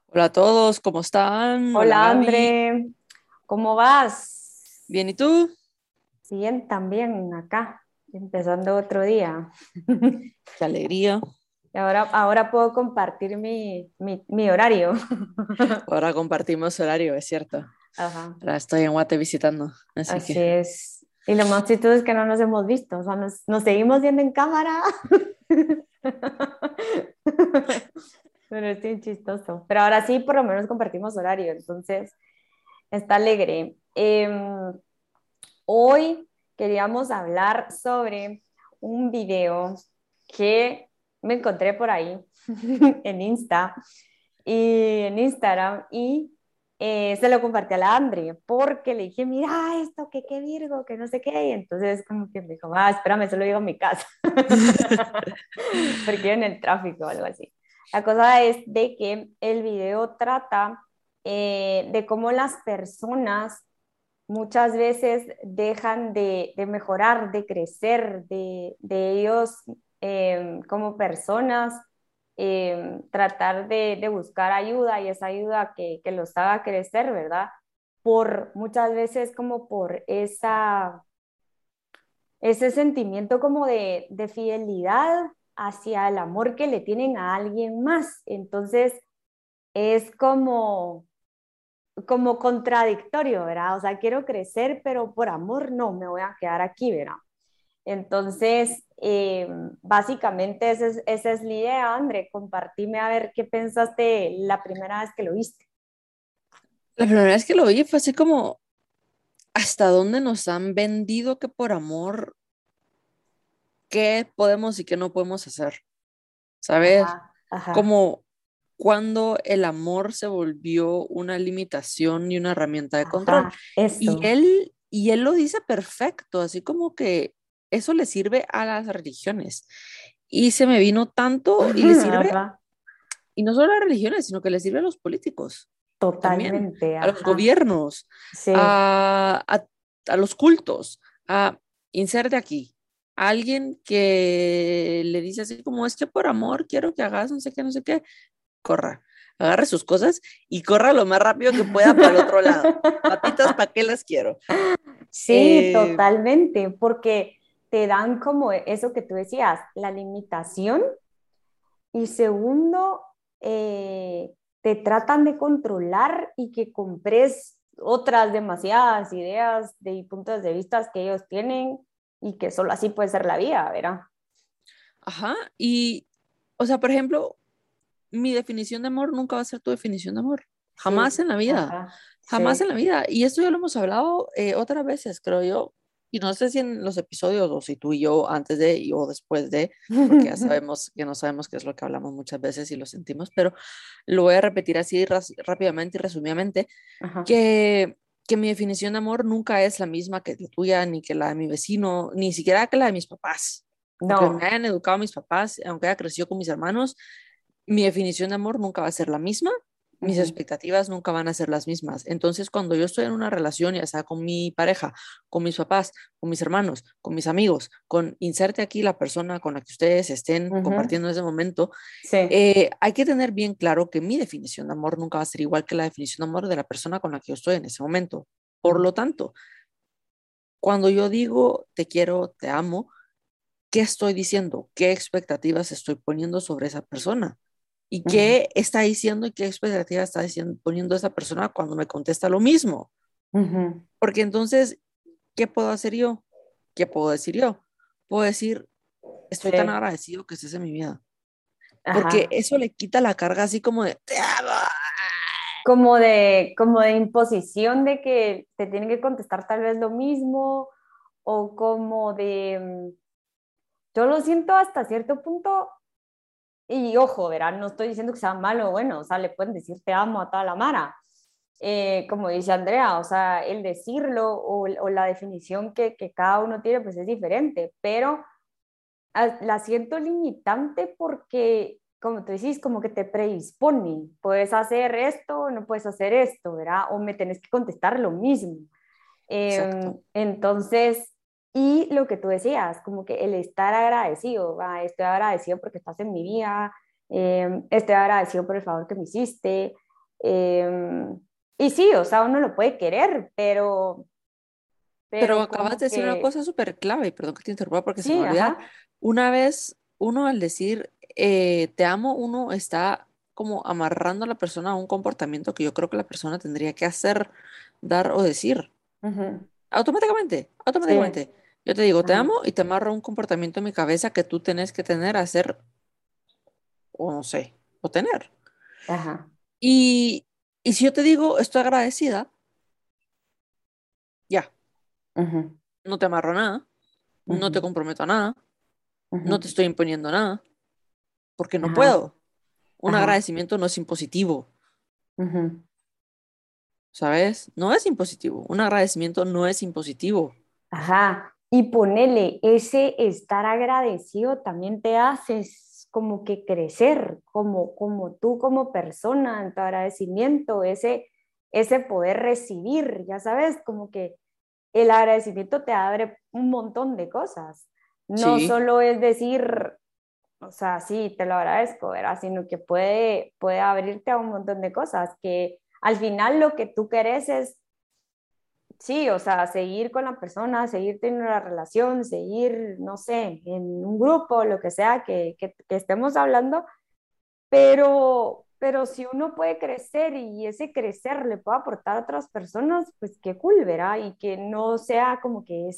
Hola a todos, ¿cómo están? Hola Hola Gaby. André, ¿cómo vas? Bien, ¿y tú? Bien, también acá, empezando otro día. Qué alegría. Y ahora puedo compartir mi horario. Ahora compartimos horario, es cierto. Ajá, Ahora estoy en Guate visitando, así así que es. Y lo más chistoso es que no nos hemos visto, o sea, nos seguimos viendo en cámara. Pero es bien chistoso. Pero ahora sí, por lo menos compartimos horario, entonces está alegre. Hoy queríamos hablar sobre un video que me encontré por ahí en en Instagram y se lo compartí a la Andrea porque le dije, mira esto, que qué Virgo, que no sé qué, y entonces como que me dijo, espérame, se lo digo a mi casa, porque en el tráfico o algo así. La cosa es de que el video trata de cómo las personas muchas veces dejan de mejorar, de crecer, de ellos como personas, tratar de buscar ayuda y esa ayuda que los haga crecer, ¿verdad? Por muchas veces como por ese sentimiento como de fidelidad hacia el amor que le tienen a alguien más. Entonces es como contradictorio, ¿verdad? O sea, quiero crecer, pero por amor no, me voy a quedar aquí, ¿verdad? Entonces, básicamente esa es la idea, André. Compartime a ver qué pensaste la primera vez que lo viste. la primera vez que lo vi fue así como, ¿hasta dónde nos han vendido que por amor, qué podemos y qué no podemos hacer? ¿Sabes? Ajá, ajá, Como cuando el amor se volvió una limitación y una herramienta de control. ajá, eso. Y él lo dice perfecto, así como que eso le sirve a las religiones. Y se me vino tanto y le sirve, Ajá, y no solo a las religiones, sino que le sirve a los políticos también, totalmente, a los ajá. gobiernos, Sí, a, a, a los cultos, a inserte aquí. Alguien que le dice así como es que por amor quiero que hagas no sé qué, corra, agarre sus cosas y corra lo más rápido que pueda para el otro lado. Patitas, ¿para qué las quiero? sí, Eh, totalmente, porque te dan como eso que tú decías, la limitación. Y segundo, te tratan de controlar y que compres otras demasiadas ideas y puntos de vista que ellos tienen y que solo así puede ser la vida, ¿verdad? ajá, y, o sea, por ejemplo, mi definición de amor nunca va a ser tu definición de amor. Jamás Sí, en la vida. ajá, Jamás en sí. la vida. Y esto ya lo hemos hablado otras veces, creo yo. Y no sé si en los episodios o si tú y yo antes de y o después de, porque ya sabemos que no sabemos qué es lo que hablamos muchas veces y lo sentimos, pero lo voy a repetir así rápidamente y resumidamente, Ajá. que, que mi definición de amor nunca es la misma que la tuya, ni que la de mi vecino, ni siquiera que la de mis papás. Aunque me No. hayan educado mis papás, aunque haya crecido con mis hermanos, mi definición de amor nunca va a ser la misma, mis Ujú, expectativas nunca van a ser las mismas. Entonces, cuando yo estoy en una relación, ya sea con mi pareja, con mis papás, con mis hermanos, con mis amigos, con inserte aquí la persona con la que ustedes estén ujú. compartiendo ese momento, Sí. hay que tener bien claro que mi definición de amor nunca va a ser igual que la definición de amor de la persona con la que yo estoy en ese momento. Por Ujú, lo tanto, cuando yo digo te quiero, te amo, ¿qué estoy diciendo? ¿Qué expectativas estoy poniendo sobre esa persona? ¿Y ujú, qué está diciendo y qué expectativa está diciendo, poniendo esa persona cuando me contesta lo mismo? ujú. Porque entonces, ¿qué puedo hacer yo? ¿Qué puedo decir yo? Puedo decir, estoy tan Sí. agradecido que estés en mi vida. Porque Ajá. eso le quita la carga así como de, te amo. Como de imposición de que te tienen que contestar tal vez lo mismo o como yo lo siento hasta cierto punto. Y ojo, verán, no estoy diciendo que sea malo o bueno, o sea, le pueden decir te amo a toda la mara, como dice Andrea, o sea, el decirlo o la definición que cada uno tiene, pues es diferente, pero la siento limitante porque, como tú decís, como que te predisponen, puedes hacer esto, no puedes hacer esto, ¿verdad? O me tenés que contestar lo mismo. Exacto. Entonces, y lo que tú decías, como que el estar agradecido, estoy agradecido porque estás en mi vida, estoy agradecido por el favor que me hiciste, Eh, y sí, o sea, uno lo puede querer, Pero pero acabas como de decir una que, cosa súper clave, y perdón que te interrumpa porque se me sí, va a olvidar. ajá, Una vez uno al decir te amo, uno está como amarrando a la persona a un comportamiento que yo creo que la persona tendría que hacer, dar o decir. ujú, Automáticamente, sí, automáticamente. Yo te digo, te ajá, amo y te amarro a un comportamiento en mi cabeza que tú tenés que tener, hacer o no sé, o tener. ajá, Y, y si yo te digo, estoy agradecida, ya, ujú, no te amarro a nada, no te ujú, comprometo a nada, no te ujú, estoy imponiendo nada, porque no ajá, puedo. Un ajá, agradecimiento no es impositivo, ujú. ¿sabes? No es impositivo. Un agradecimiento no es impositivo. Ajá, y ponele, ese estar agradecido también te haces como que crecer, como tú como persona en tu agradecimiento, ese poder recibir, ya sabes, como que el agradecimiento te abre un montón de cosas. No Sí, solo es decir, o sea, sí, te lo agradezco, ¿verdad? Sino que puede abrirte a un montón de cosas, que al final lo que tú querés es sí, o sea, seguir con la persona, seguir teniendo la relación, seguir, no sé, en un grupo, lo que sea que estemos hablando, pero si uno puede crecer y ese crecer le puede aportar a otras personas, pues qué cool, ¿verdad? Y que no sea como que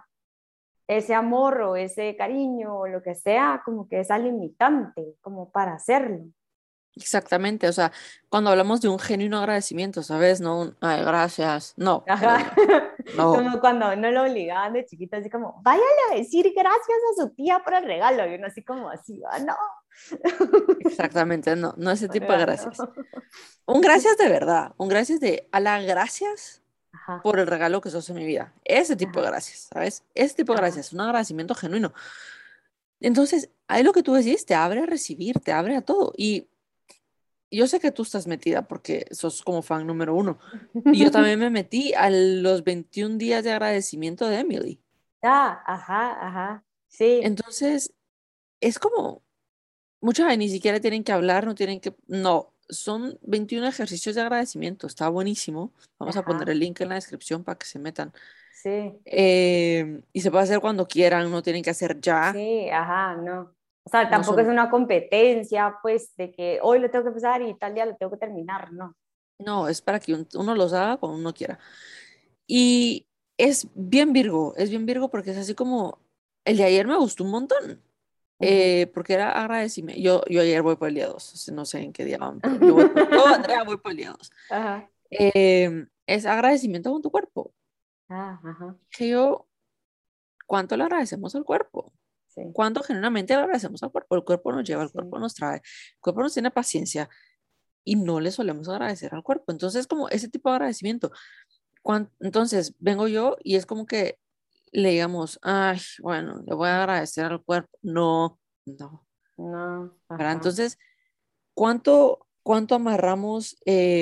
ese amor o ese cariño o lo que sea, como que esa limitante, como para hacerlo. exactamente. O sea, cuando hablamos de un genuino agradecimiento, ¿sabes? No un, ay, gracias. No, no, Ajá. no, no. Como cuando no lo obligaban de chiquito, así como, váyale a decir gracias a su tía por el regalo. Y uno así como así, ah, no. Exactamente, no, no ese tipo de ¿Verdad? gracias. No. Un gracias de verdad, un gracias de a la gracias Ajá, por el regalo que sos en mi vida. Ese tipo de ajá, gracias, ¿sabes? Ese tipo de ajá. gracias, un agradecimiento genuino. Entonces, ahí lo que tú decís, te abre a recibir, te abre a todo. Y yo sé que tú estás metida porque sos como fan número uno. Y yo también me metí a los 21 días de agradecimiento de Emily. Ah, ajá, ajá. Sí, Entonces, es como, muchas ni siquiera tienen que hablar, no tienen que, no, son 21 ejercicios de agradecimiento, está buenísimo. Vamos a poner ajá, el link en la descripción para que se metan. sí, Y se puede hacer cuando quieran, no tienen que hacer ya, sí, ajá, no. O sea, no tampoco es son, una competencia, pues, de que hoy lo tengo que empezar y tal día lo tengo que terminar, no. no, es para que uno los haga cuando uno quiera. Y es bien Virgo porque es así como, el de ayer me gustó un montón, Ujú. porque era agradecimiento. Yo ayer voy por el día 2, no sé en qué día van, pero yo, Andrea, voy por el día 2. Ajá, Es agradecimiento con tu cuerpo. ah, ajá, Que yo, ¿cuánto le agradecemos al cuerpo? sí, ¿Cuánto genuinamente le agradecemos al cuerpo? El cuerpo nos lleva, el sí. cuerpo nos trae, el cuerpo nos tiene paciencia y no le solemos agradecer al cuerpo. Entonces, como ese tipo de agradecimiento. Entonces, vengo yo y es como que le digamos, ay, bueno, le voy a agradecer al cuerpo. No, no. No, ¿Verdad? ajá, Entonces, ¿cuánto amarramos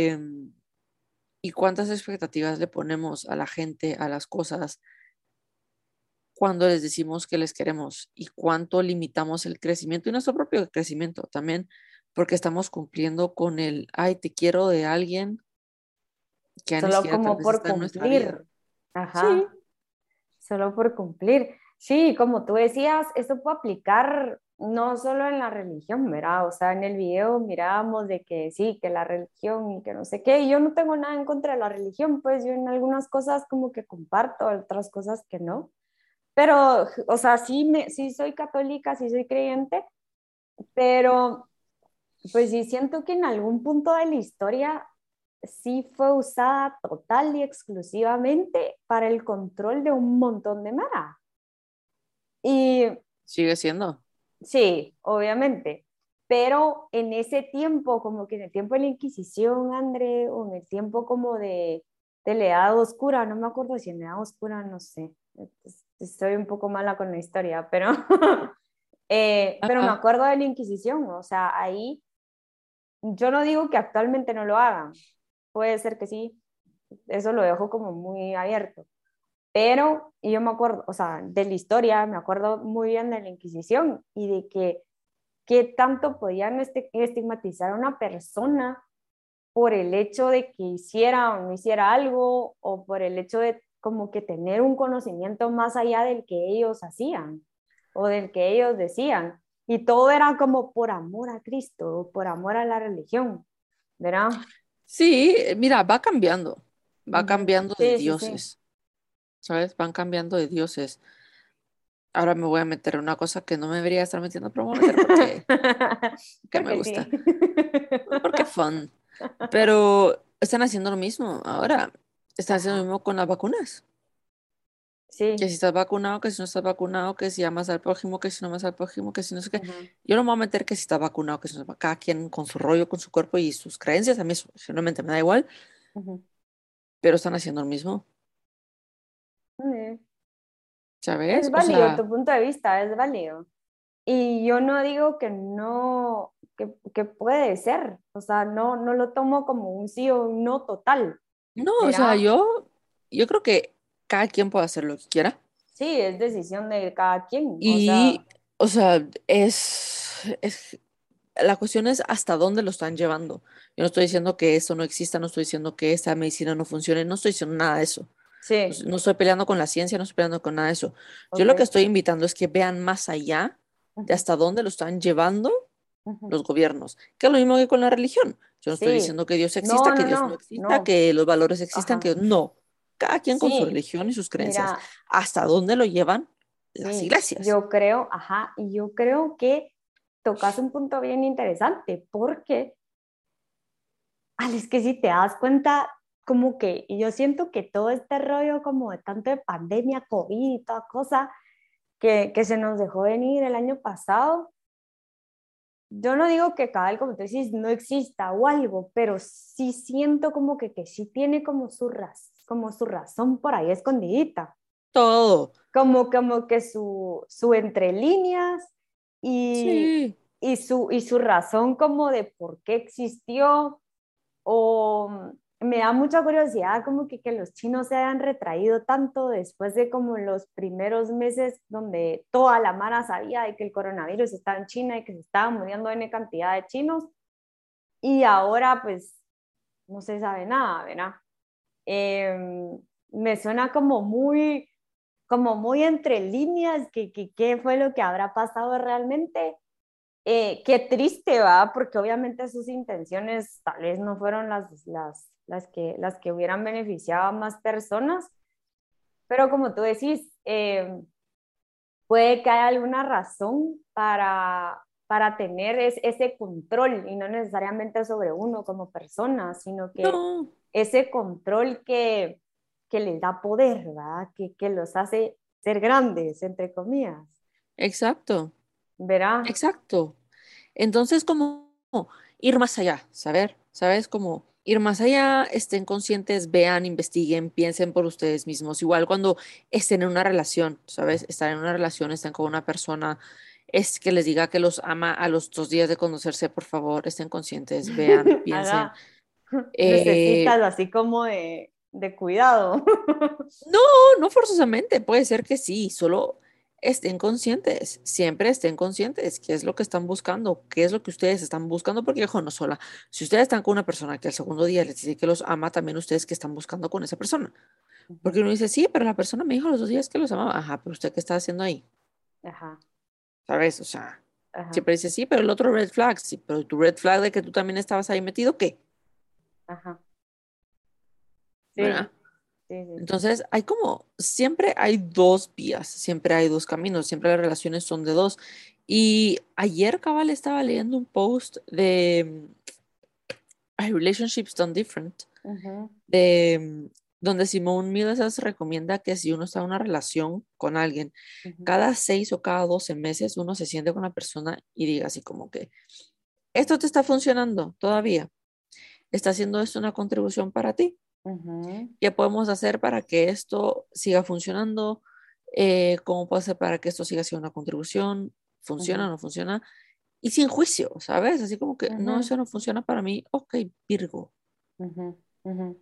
y cuántas expectativas le ponemos a la gente, a las cosas, cuando les decimos que les queremos y cuánto limitamos el crecimiento y nuestro propio crecimiento también, porque estamos cumpliendo con el, ay, te quiero de alguien que ya ni solo siquiera tal como vez por está en nuestra vida. cumplir, ajá. Sí, Solo por cumplir. Sí, como tú decías, esto puede aplicar no solo en la religión, ¿verdad? O sea, en el video mirábamos de que sí, que la religión y que no sé qué, y yo no tengo nada en contra de la religión, pues yo en algunas cosas como que comparto, otras cosas que no. Pero, o sea, sí soy católica, sí soy creyente, pero pues sí siento que en algún punto de la historia sí fue usada total y exclusivamente para el control de un montón de mara. Y sigue siendo. sí, obviamente, pero en ese tiempo, como que en el tiempo de la Inquisición, André, o en el tiempo como de la Edad Oscura, no me acuerdo si en la Edad Oscura, no sé, estoy un poco mala con la historia, pero, pero me Ajá. acuerdo de la Inquisición, o sea, ahí yo no digo que actualmente no lo hagan, puede ser que sí, eso lo dejo como muy abierto. Pero y yo me acuerdo, o sea, de la historia, me acuerdo muy bien de la Inquisición y de que qué tanto podían estigmatizar a una persona por el hecho de que hiciera o no hiciera algo, o por el hecho de como que tener un conocimiento más allá del que ellos hacían o del que ellos decían. Y todo era como por amor a Cristo, por amor a la religión, ¿verdad? Sí, mira, va Ujú. cambiando de Sí, sí, sí. dioses, ¿sabes? Van cambiando de dioses. Ahora me voy a meter en una cosa que no me debería estar metiendo, pero me voy a meter porque me Porque gusta, sí. porque fun. Pero están haciendo lo mismo ahora. Están haciendo lo Ajá, mismo con las vacunas. Que sí. si estás vacunado, que si no estás vacunado, que si amas al prójimo, que si no amas al prójimo, que si no sé qué. Ujú. Yo no me voy a meter que si estás vacunado, que si no estás cada quien con su rollo, con su cuerpo y sus creencias. A mí eso generalmente me da igual, Ujú. pero están haciendo lo mismo, Mm. Es ¿sabes? O válido, sea, tu punto de vista es válido. Y yo no digo que no, que puede ser, o sea, no, no lo tomo como un sí o un no total, no, o sea, ¿verdad? yo creo que cada quien puede hacer lo que quiera. Sí, es decisión de cada quien, o sea, Y, o sea, la cuestión es hasta dónde lo están llevando. Yo no estoy diciendo que eso no exista, no estoy diciendo que esta medicina no funcione, no estoy diciendo nada de eso. No, sí, no estoy peleando con la ciencia, no estoy peleando con nada de eso. Yo lo que ok. estoy invitando es que vean más allá de Ujú, hasta dónde lo están llevando ujú. los gobiernos, que es lo mismo que con la religión. Yo no estoy Sí, diciendo que Dios exista, no, que no, Dios no no, exista, no, que los valores existan, ajá, que no. Cada quien con su sí, religión y sus creencias. mira, ¿Hasta dónde lo llevan las sí, iglesias? yo creo, ajá, y yo creo que tocas un punto bien interesante, porque es que si te das cuenta, como que, y yo siento que todo este rollo como de tanto de pandemia, COVID y toda cosa que se nos dejó venir el año pasado, yo no digo que cada vez, como tú decís, no exista o algo, pero sí siento que sí tiene como su razón por ahí escondidita, Todo. como que su entre líneas y, Sí. y su razón como de por qué existió. O me da mucha curiosidad como que los chinos se hayan retraído tanto después de como los primeros meses donde toda la mara sabía de que el coronavirus estaba en China y que se estaban muriendo N cantidad de chinos y ahora pues no se sabe nada, ¿verdad? Me suena como muy entre líneas que qué fue lo que habrá pasado realmente. Qué triste va, porque obviamente sus intenciones tal vez no fueron las que hubieran beneficiado a más personas, pero como tú decís, puede que haya alguna razón para tener ese control y no necesariamente sobre uno como persona, sino que No. ese control que les da poder, ¿verdad? Que los hace ser grandes, entre comillas, Exacto. ¿verdad? Exacto. Entonces, como ir más allá, saber, ¿sabes? Como ir más allá, estén conscientes, vean, investiguen, piensen por ustedes mismos. Igual cuando estén en una relación, ¿sabes? Están en una relación, estén con una persona, es que les diga que los ama a los 2 días de conocerse, por favor, estén conscientes, vean, piensen. Haga, Eh, necesitas así como de cuidado. No, no forzosamente, puede ser que sí, solo estén conscientes, siempre estén conscientes qué es lo que están buscando, qué es lo que ustedes están buscando, porque ojo, no sola, si ustedes están con una persona que al segundo día les dice que los ama, también ustedes que están buscando con esa persona, porque uno dice, sí, pero la persona me dijo los 2 días que los amaba, ajá, pero usted qué está haciendo ahí, Ajá, ¿sabes? O sea, ajá, siempre dice, sí, pero el otro red flag, sí, pero tu red flag de que tú también estabas ahí metido, ¿qué? ajá. ¿Verdad? Sí, sí, sí. Entonces, hay como, siempre hay dos vías, siempre hay dos caminos, siempre las relaciones son de dos. Y ayer, cabal, estaba leyendo un post de Relationships Done Different, Ujú, de donde Simone Miles recomienda que si uno está en una relación con alguien, ujú, cada 6 o cada 12 meses uno se siente con la persona y diga así como que, esto te está funcionando todavía, está haciendo esto una contribución para ti. ujú, ¿Qué podemos hacer para que esto siga funcionando? ¿Cómo puedo hacer para que esto siga siendo una contribución? ¿Funciona o ujú, no funciona? Y sin juicio, ¿sabes? Así como que, no, ujú, eso no funciona para mí. Ok, Virgo, ujú, ujú.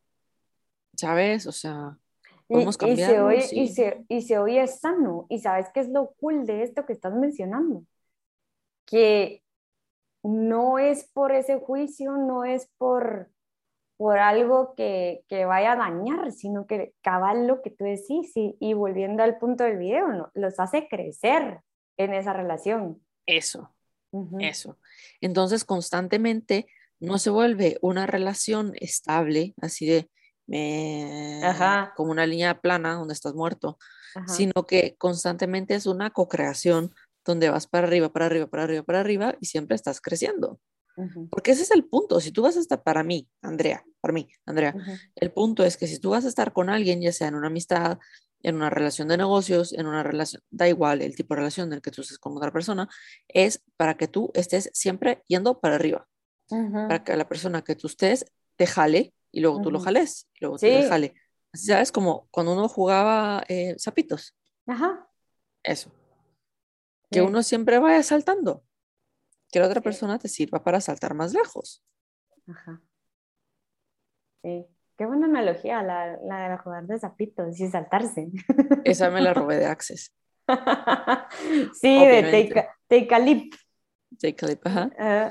¿sabes? O sea, Y, ¿podemos cambiarlo? Sí, ¿no? y se oye sano. ¿Y sabes qué es lo cool de esto que estás mencionando? Que no es por ese juicio, no es por algo que vaya a dañar, sino que cabal lo que tú decís y volviendo al punto del video, ¿no? Los hace crecer en esa relación. Eso, Ujú. eso. Entonces, constantemente no se vuelve una relación estable, así de Ajá, como una línea plana donde estás muerto, ajá. sino que constantemente es una co-creación donde vas para arriba, para arriba, para arriba, para arriba y siempre estás creciendo. Ujú, Porque ese es el punto. Si tú vas a estar para mí, Andrea, ujú, el punto es que si tú vas a estar con alguien, ya sea en una amistad, en una relación de negocios, en una relación, da igual el tipo de relación en el que tú estés con otra persona, es para que tú estés siempre yendo para arriba, ujú, para que la persona que tú estés te jale y luego tú lo ujú. jales, y luego tú le Sí, jale. Así sabes, como cuando uno jugaba zapitos, ajá, eso, que sí, uno siempre vaya saltando, que la otra sí, persona te sirva para saltar más lejos. ajá, sí. Qué buena analogía la de jugar de zapitos y saltarse. Esa me la robé de Access. Sí, de Obviamente. Take a Leap. J. Calip, ajá. Ah,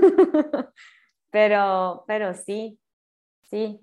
pero sí, sí.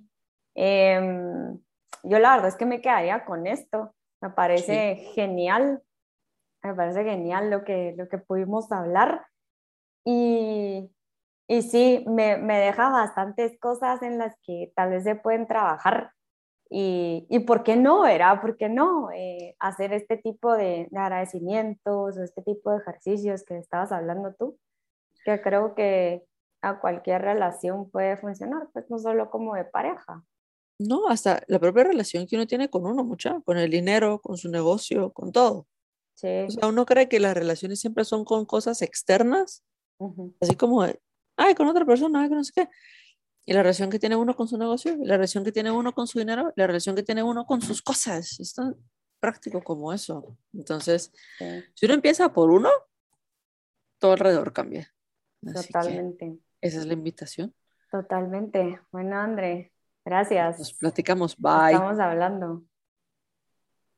Yo la verdad es que me quedaría con esto. Me Sí. parece genial, me parece genial lo que pudimos hablar y, y sí, me deja bastantes cosas en las que tal vez se pueden trabajar y ¿por qué no, era? ¿Por qué no hacer este tipo de agradecimientos o este tipo de ejercicios que estabas hablando tú? Que creo que a cualquier relación puede funcionar, pues no solo como de pareja. No, hasta la propia relación que uno tiene con uno, mucha, con el dinero, con su negocio, con todo. O Sí. sea, uno cree que las relaciones siempre son con cosas externas, Ujú. así como, ay, con otra persona, ay, que no sé qué. Y la relación que tiene uno con su negocio, y la relación que tiene uno con su dinero, la relación que tiene uno con sus cosas. Es tan práctico como eso. Entonces, Sí, si uno empieza por uno, todo alrededor cambia. Así que totalmente, esa es la invitación. totalmente. Bueno, André, Nos gracias. platicamos. Bye. Estamos hablando.